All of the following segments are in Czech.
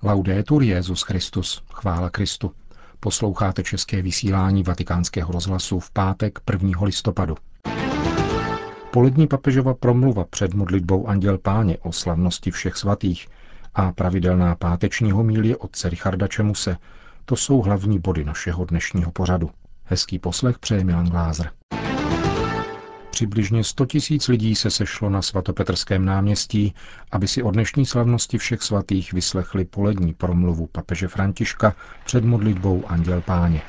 Laudetur Jesus Christus, chvála Kristu. Posloucháte české vysílání Vatikánského rozhlasu v pátek 1. listopadu. Polední papežova promluva před modlitbou Anděl Páně o slavnosti všech svatých a pravidelná páteční homilie otce Richarda Čemuse, to jsou hlavní body našeho dnešního pořadu. Hezký poslech přeje Milan Glázer. Přibližně 100 000 lidí se sešlo na svatopetrském náměstí, aby si o dnešní slavnosti všech svatých vyslechli polední promluvu papeže Františka před modlitbou Anděl Páně.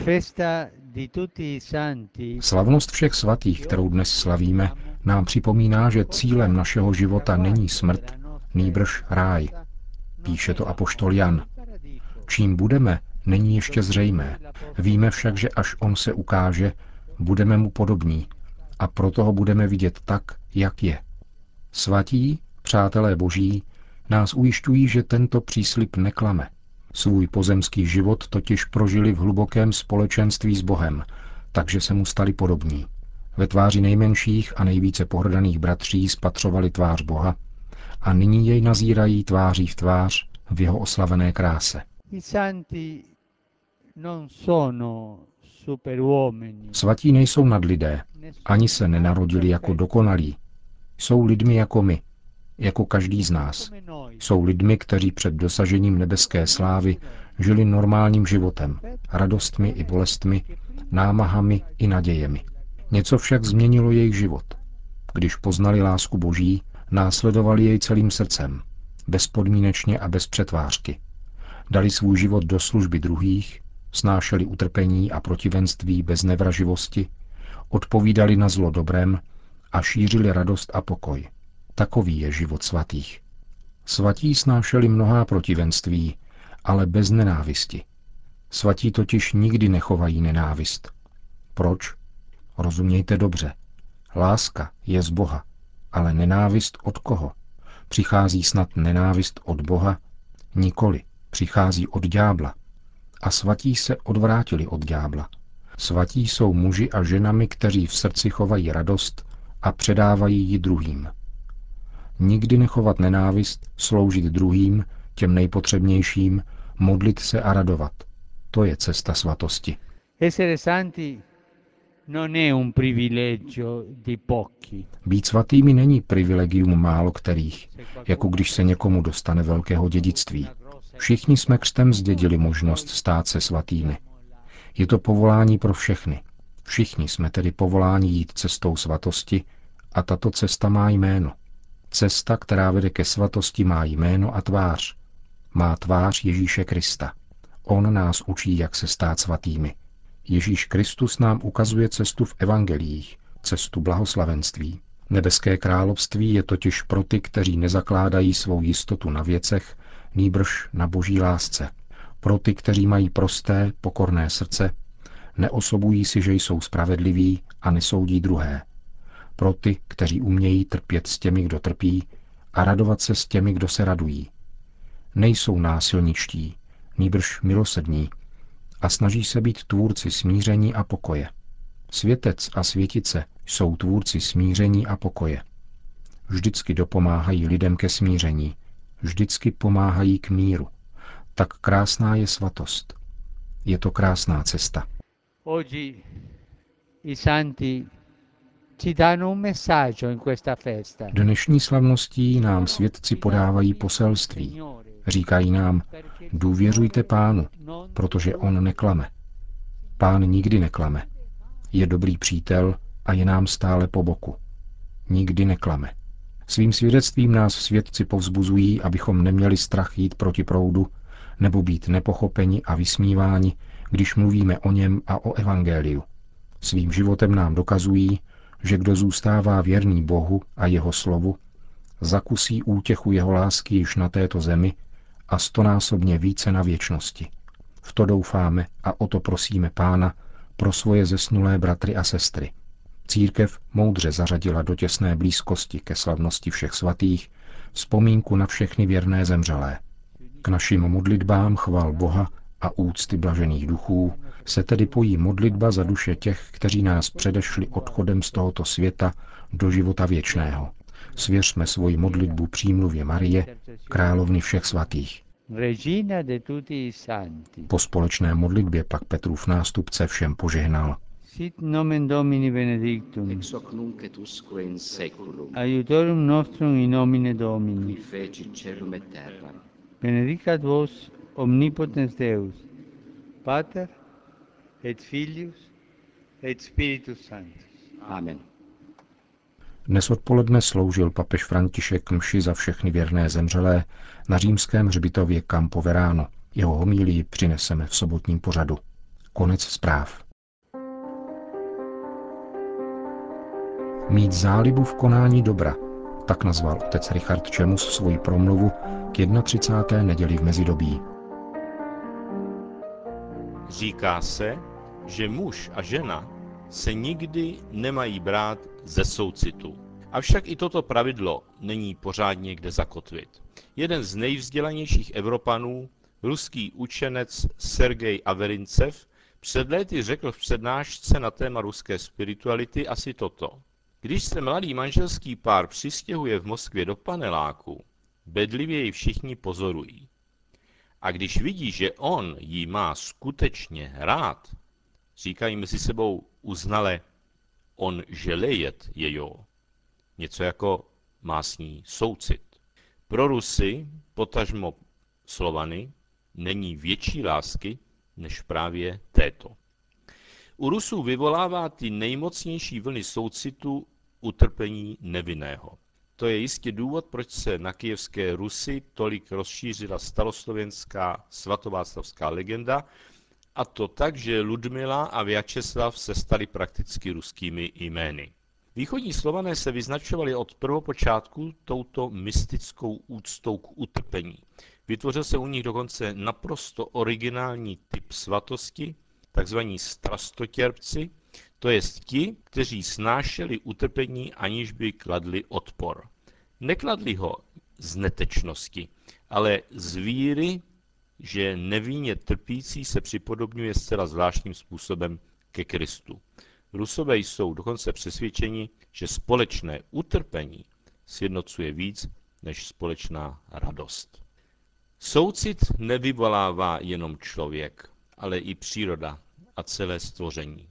Slavnost všech svatých, kterou dnes slavíme, nám připomíná, že cílem našeho života není smrt, nýbrž ráj. Píše to apoštol Jan. Čím budeme, není ještě zřejmé. Víme však, že až on se ukáže, budeme mu podobní a proto ho budeme vidět tak, jak je. Svatí, přátelé boží, nás ujišťují, že tento příslib neklame. Svůj pozemský život totiž prožili v hlubokém společenství s Bohem, takže se mu stali podobní. Ve tváři nejmenších a nejvíce pohrdaných bratří spatřovali tvář Boha a nyní jej nazírají tváří v tvář v jeho oslavené kráse. Svatí nejsou nadlidé, ani se nenarodili jako dokonalí. Jsou lidmi jako my, jako každý z nás. Jsou lidmi, kteří před dosažením nebeské slávy žili normálním životem, radostmi i bolestmi, námahami i nadějemi. Něco však změnilo jejich život. Když poznali lásku Boží, následovali jej celým srdcem, bezpodmínečně a bez přetvářky. Dali svůj život do služby druhých, snášeli utrpení a protivenství bez nevraživosti, odpovídali na zlo dobrem a šířili radost a pokoj. Takový je život svatých. Svatí snášeli mnohá protivenství, ale bez nenávisti. Svatí totiž nikdy nechovají nenávist. Proč? Rozumějte dobře. Láska je z Boha, ale nenávist od koho? Přichází snad nenávist od Boha? Nikoli, přichází od ďábla. A svatí se odvrátili od ďábla. Svatí jsou muži a ženami, kteří v srdci chovají radost a předávají ji druhým. Nikdy nechovat nenávist, sloužit druhým, těm nejpotřebnějším, modlit se a radovat. To je cesta svatosti. Být svatými není privilegium málo kterých, jako když se někomu dostane velkého dědictví. Všichni jsme křtem zdědili možnost stát se svatými. Je to povolání pro všechny. Všichni jsme tedy povoláni jít cestou svatosti a tato cesta má jméno. Cesta, která vede ke svatosti, má jméno a tvář. Má tvář Ježíše Krista. On nás učí, jak se stát svatými. Ježíš Kristus nám ukazuje cestu v evangeliích, cestu blahoslavenství. Nebeské království je totiž pro ty, kteří nezakládají svou jistotu na věcech, nýbrž na boží lásce. Pro ty, kteří mají prosté, pokorné srdce, neosobují si, že jsou spravedliví a nesoudí druhé. Pro ty, kteří umějí trpět s těmi, kdo trpí, a radovat se s těmi, kdo se radují. Nejsou násilničtí, nýbrž milosrdní a snaží se být tvůrci smíření a pokoje. Světec a světice jsou tvůrci smíření a pokoje. Vždycky dopomáhají lidem ke smíření, vždycky pomáhají k míru. Tak krásná je svatost. Je to krásná cesta. Dnešní slavností nám světci podávají poselství. Říkají nám, důvěřujte Pánu, protože on neklame. Pán nikdy neklame. Je dobrý přítel a je nám stále po boku. Nikdy neklame. Svým svědectvím nás světci povzbuzují, abychom neměli strach jít proti proudu, nebo být nepochopeni a vysmíváni, když mluvíme o něm a o evangeliu. Svým životem nám dokazují, že kdo zůstává věrný Bohu a jeho slovu, zakusí útěchu jeho lásky již na této zemi a 100násobně více na věčnosti. V to doufáme a o to prosíme Pána pro svoje zesnulé bratry a sestry. Církev moudře zařadila do těsné blízkosti ke slavnosti všech svatých vzpomínku na všechny věrné zemřelé. K našim modlitbám chval Boha a úcty blažených duchů se tedy pojí modlitba za duše těch, kteří nás předešli odchodem z tohoto světa do života věčného. Svěřme svoji modlitbu přímluvě Marie, královny všech svatých. Regina de tutti i santi. Po společné modlitbě pak Petrův nástupce všem požehnal. Sit nomen Domini benedictum. Ex hoc nunc et usque in saeculum. Aiutorium nostrum in nomine Domini. Qui feci caelum et terram. Benedicat vos omnipotens Deus, Pater et Filius et Spiritus Sanctus. Amen. Dnes odpoledne sloužil papež František mši za všechny věrné zemřelé na římském hřbitově Campo Verano. Jeho homílii přineseme v sobotním pořadu. Konec zpráv. Mít zálibu v konání dobra, tak nazval otec Richard Čemus svoji promluvu k 31. neděli v mezidobí. Říká se, že muž a žena se nikdy nemají brát ze soucitu. Avšak i toto pravidlo není pořádně kde zakotvit. Jeden z nejvzdělanějších Evropanů, ruský učenec Sergej Averincev, před léty řekl v přednášce na téma ruské spirituality asi toto. Když se mladý manželský pár přistěhuje v Moskvě do paneláku, bedlivě jej všichni pozorují. A když vidí, že on jí má skutečně rád, říkají mezi sebou uznale, on želejet jejo. Něco jako má s ní soucit. Pro Rusy, potažmo Slovany, není větší lásky, než právě této. U Rusů vyvolává ty nejmocnější vlny soucitu utrpení nevinného. To je jistě důvod, proč se na kyjevské Rusi tolik rozšířila staroslověnská svatováclavská legenda, a to tak, že Ludmila a Vyačeslav se stali prakticky ruskými jmény. Východní Slované se vyznačovali od prvopočátku touto mystickou úctou k utrpení. Vytvořil se u nich dokonce naprosto originální typ svatosti, takzvaní strastotěrpci, to jest ti, kteří snášeli utrpení, aniž by kladli odpor. Nekladli ho z netečnosti, ale z víry, že nevinně trpící se připodobňuje zcela zvláštním způsobem ke Kristu. Rusové jsou dokonce přesvědčeni, že společné utrpení sjednocuje víc než společná radost. Soucit nevyvolává jenom člověk, ale i příroda a celé stvoření.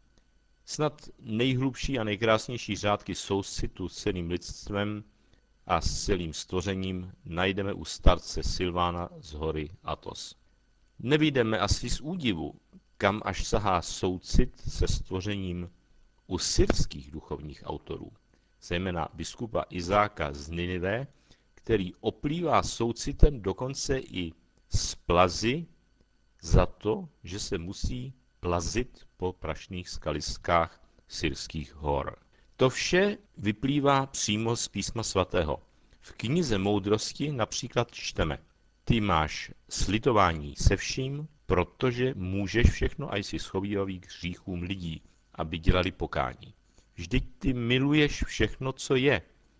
Snad nejhlubší a nejkrásnější řádky soucitu s celým lidstvem a s celým stvořením najdeme u starce Silvána z hory Athos. Nevyjdeme asi z údivu, kam až sahá soucit se stvořením u syrských duchovních autorů, zejména biskupa Izáka z Ninive, který oplývá soucitem dokonce i z plazy za to, že se musí plazit po prašných skaliskách syrských hor. To vše vyplývá přímo z písma svatého. V knize Moudrosti například čteme: Ty máš slitování se vším, protože můžeš všechno a jsi schovívavý k hříchům lidí, aby dělali pokání. Vždyť ty miluješ všechno, co je,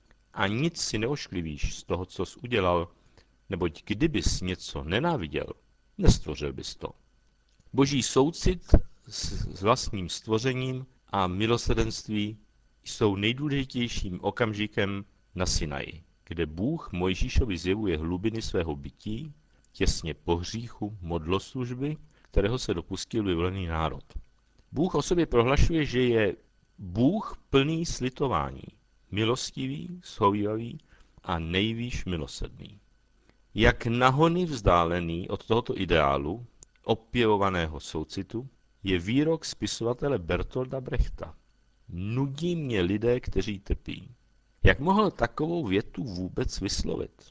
a nic si neošklivíš z toho, co jsi udělal, neboť kdybys něco nenáviděl, nestvořil bys to. Boží soucit s vlastním stvořením a milosrdenství jsou nejdůležitějším okamžikem na Sinaji, kde Bůh Mojžíšovi zjevuje hlubiny svého bytí, těsně po hříchu modloslužby, kterého se dopustil vyvolený národ. Bůh o sobě prohlašuje, že je Bůh plný slitování, milostivý, shovívavý a nejvýš milosrdný. Jak nahony vzdálený od tohoto ideálu, opěvovaného soucitu, je výrok spisovatele Bertolda Brechta. Nudí mě lidé, kteří trpí. Jak mohl takovou větu vůbec vyslovit?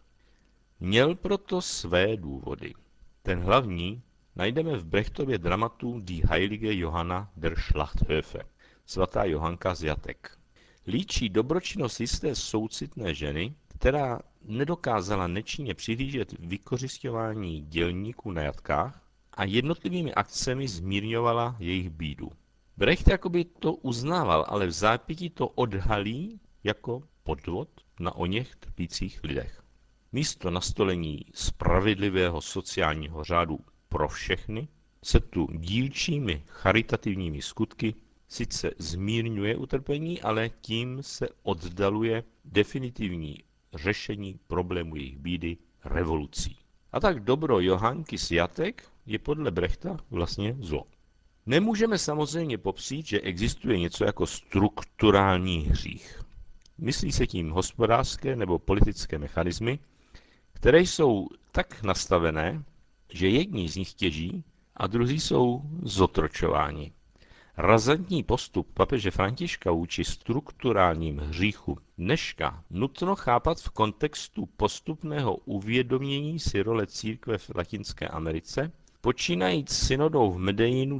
Měl proto své důvody. Ten hlavní najdeme v Brechtově dramatu Die Heilige Johanna der Schlachthöfe, svatá Johanka z jatek. Líčí dobročinnost jisté soucitné ženy, která nedokázala nečinně přihlížet vykořisťování dělníků na jatkách a jednotlivými akcemi zmírňovala jejich bídu. Brecht jakoby to uznával, ale v zápětí to odhalí jako podvod na oněch trpících lidech. Místo nastolení spravedlivého sociálního řádu pro všechny se tu dílčími charitativními skutky sice zmírňuje utrpení, ale tím se oddaluje definitivní řešení problému jejich bídy revolucí. A tak dobro Johánky sjatek je podle Brechta vlastně zlo. Nemůžeme samozřejmě popřít, že existuje něco jako strukturální hřích. Myslí se tím hospodářské nebo politické mechanismy, které jsou tak nastavené, že jedni z nich těží a druzí jsou zotročováni. Razantní postup papeže Františka vůči strukturálním hříchu dneška nutno chápat v kontextu postupného uvědomění si role církve v Latinské Americe, počínajíc synodou v Medellínu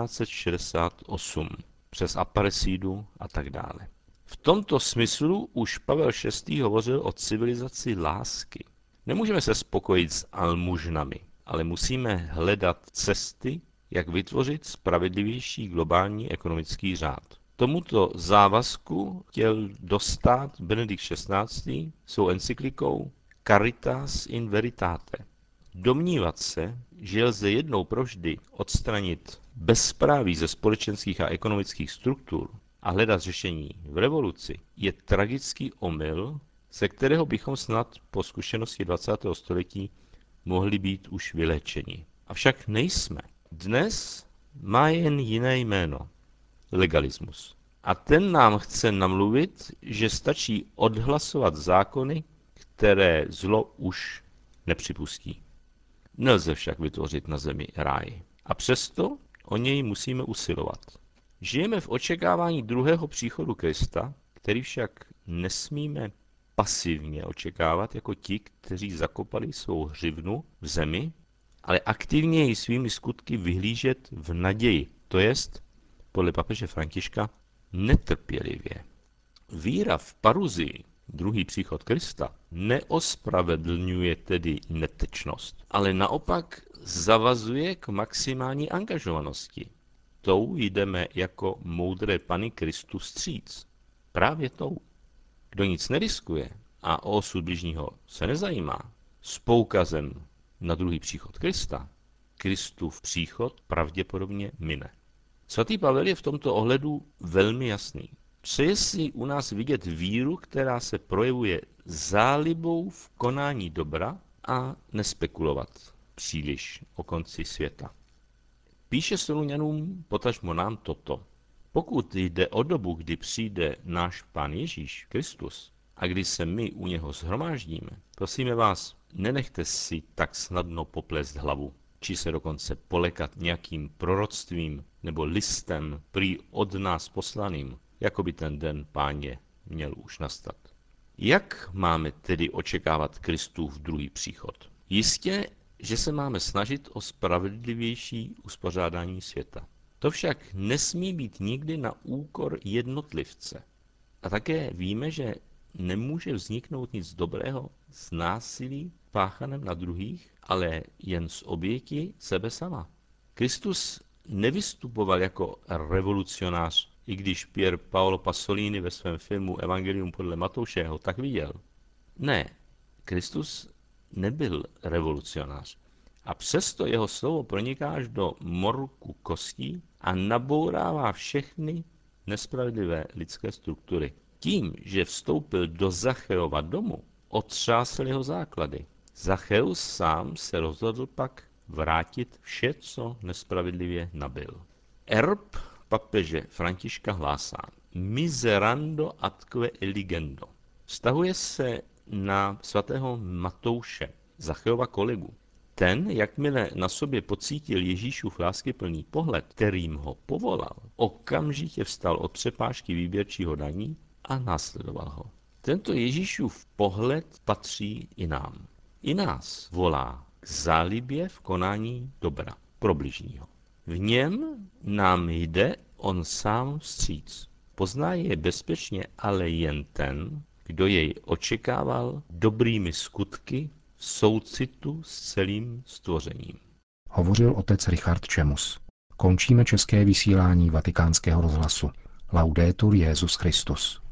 1968, přes Aparecidu a tak dále. V tomto smyslu už Pavel VI. Hovořil o civilizaci lásky. Nemůžeme se spokojit s almužnami, ale musíme hledat cesty, jak vytvořit spravedlivější globální ekonomický řád. Tomuto závazku chtěl dostát Benedikt XVI. Svou encyklikou Caritas in Veritate. Domnívat se, že lze jednou provždy odstranit bezpráví ze společenských a ekonomických struktur a hledat řešení v revoluci, je tragický omyl, ze kterého bychom snad po zkušenosti 20. století mohli být už vyléčeni. Avšak nejsme. Dnes má jen jiné jméno. Legalismus. A ten nám chce namluvit, že stačí odhlasovat zákony, které zlo už nepřipustí. Nelze však vytvořit na zemi ráj. A přesto o něj musíme usilovat. Žijeme v očekávání druhého příchodu Krista, který však nesmíme pasivně očekávat jako ti, kteří zakopali svou hřivnu v zemi, ale aktivně ji svými skutky vyhlížet v naději, to jest, podle papeže Františka, netrpělivě. Víra v paruzii, druhý příchod Krista, neospravedlňuje tedy netečnost, ale naopak zavazuje k maximální angažovanosti. Tou jdeme jako moudré Panny Kristu vstříc. Právě tou. Kdo nic neriskuje a o osud bližního se nezajímá, s poukazem na druhý příchod Krista, Kristův příchod pravděpodobně mine. Svatý Pavel je v tomto ohledu velmi jasný. Přeje si u nás vidět víru, která se projevuje zálibou v konání dobra a nespekulovat příliš o konci světa. Píše Solunianům, potažmo nám toto. Pokud jde o dobu, kdy přijde náš Pán Ježíš Kristus a kdy se my u něho shromáždíme, prosíme vás, nenechte si tak snadno poplést hlavu, či se dokonce polekat nějakým proroctvím nebo listem prý od nás poslaným, jako by ten den Páně měl už nastat. Jak máme tedy očekávat Kristův druhý příchod? Jistě, že se máme snažit o spravedlivější uspořádání světa. To však nesmí být nikdy na úkor jednotlivce. A také víme, že nemůže vzniknout nic dobrého z násilí páchaném na druhých, ale jen z oběti sebe sama. Kristus nevystupoval jako revolucionář, i když Pier Paolo Pasolini ve svém filmu Evangelium podle Matouše ho tak viděl. Ne, Kristus nebyl revolucionář. A přesto jeho slovo proniká až do morku kostí a nabourává všechny nespravedlivé lidské struktury. Tím, že vstoupil do Zacheova domu, otřásl jeho základy. Zacheus sám se rozhodl pak vrátit vše, co nespravedlivě nabyl. Erb papeže Františka hlásá miserando atque eligendo. Vztahuje se na svatého Matouše, Zacheova kolegu. Ten, jakmile na sobě pocítil Ježíšův láskyplný pohled, kterým ho povolal, okamžitě vstal od přepážky výběrčího daní a následoval ho. Tento Ježíšův pohled patří i nám. I nás volá k zálibě v konání dobra pro bližního. V něm nám jde on sám vstříc. Pozná je bezpečně ale jen ten, kdo jej očekával dobrými skutky v soucitu s celým stvořením. Hovořil otec Richard Čemus. Končíme české vysílání Vatikánského rozhlasu. Laudetur Jesus Christus.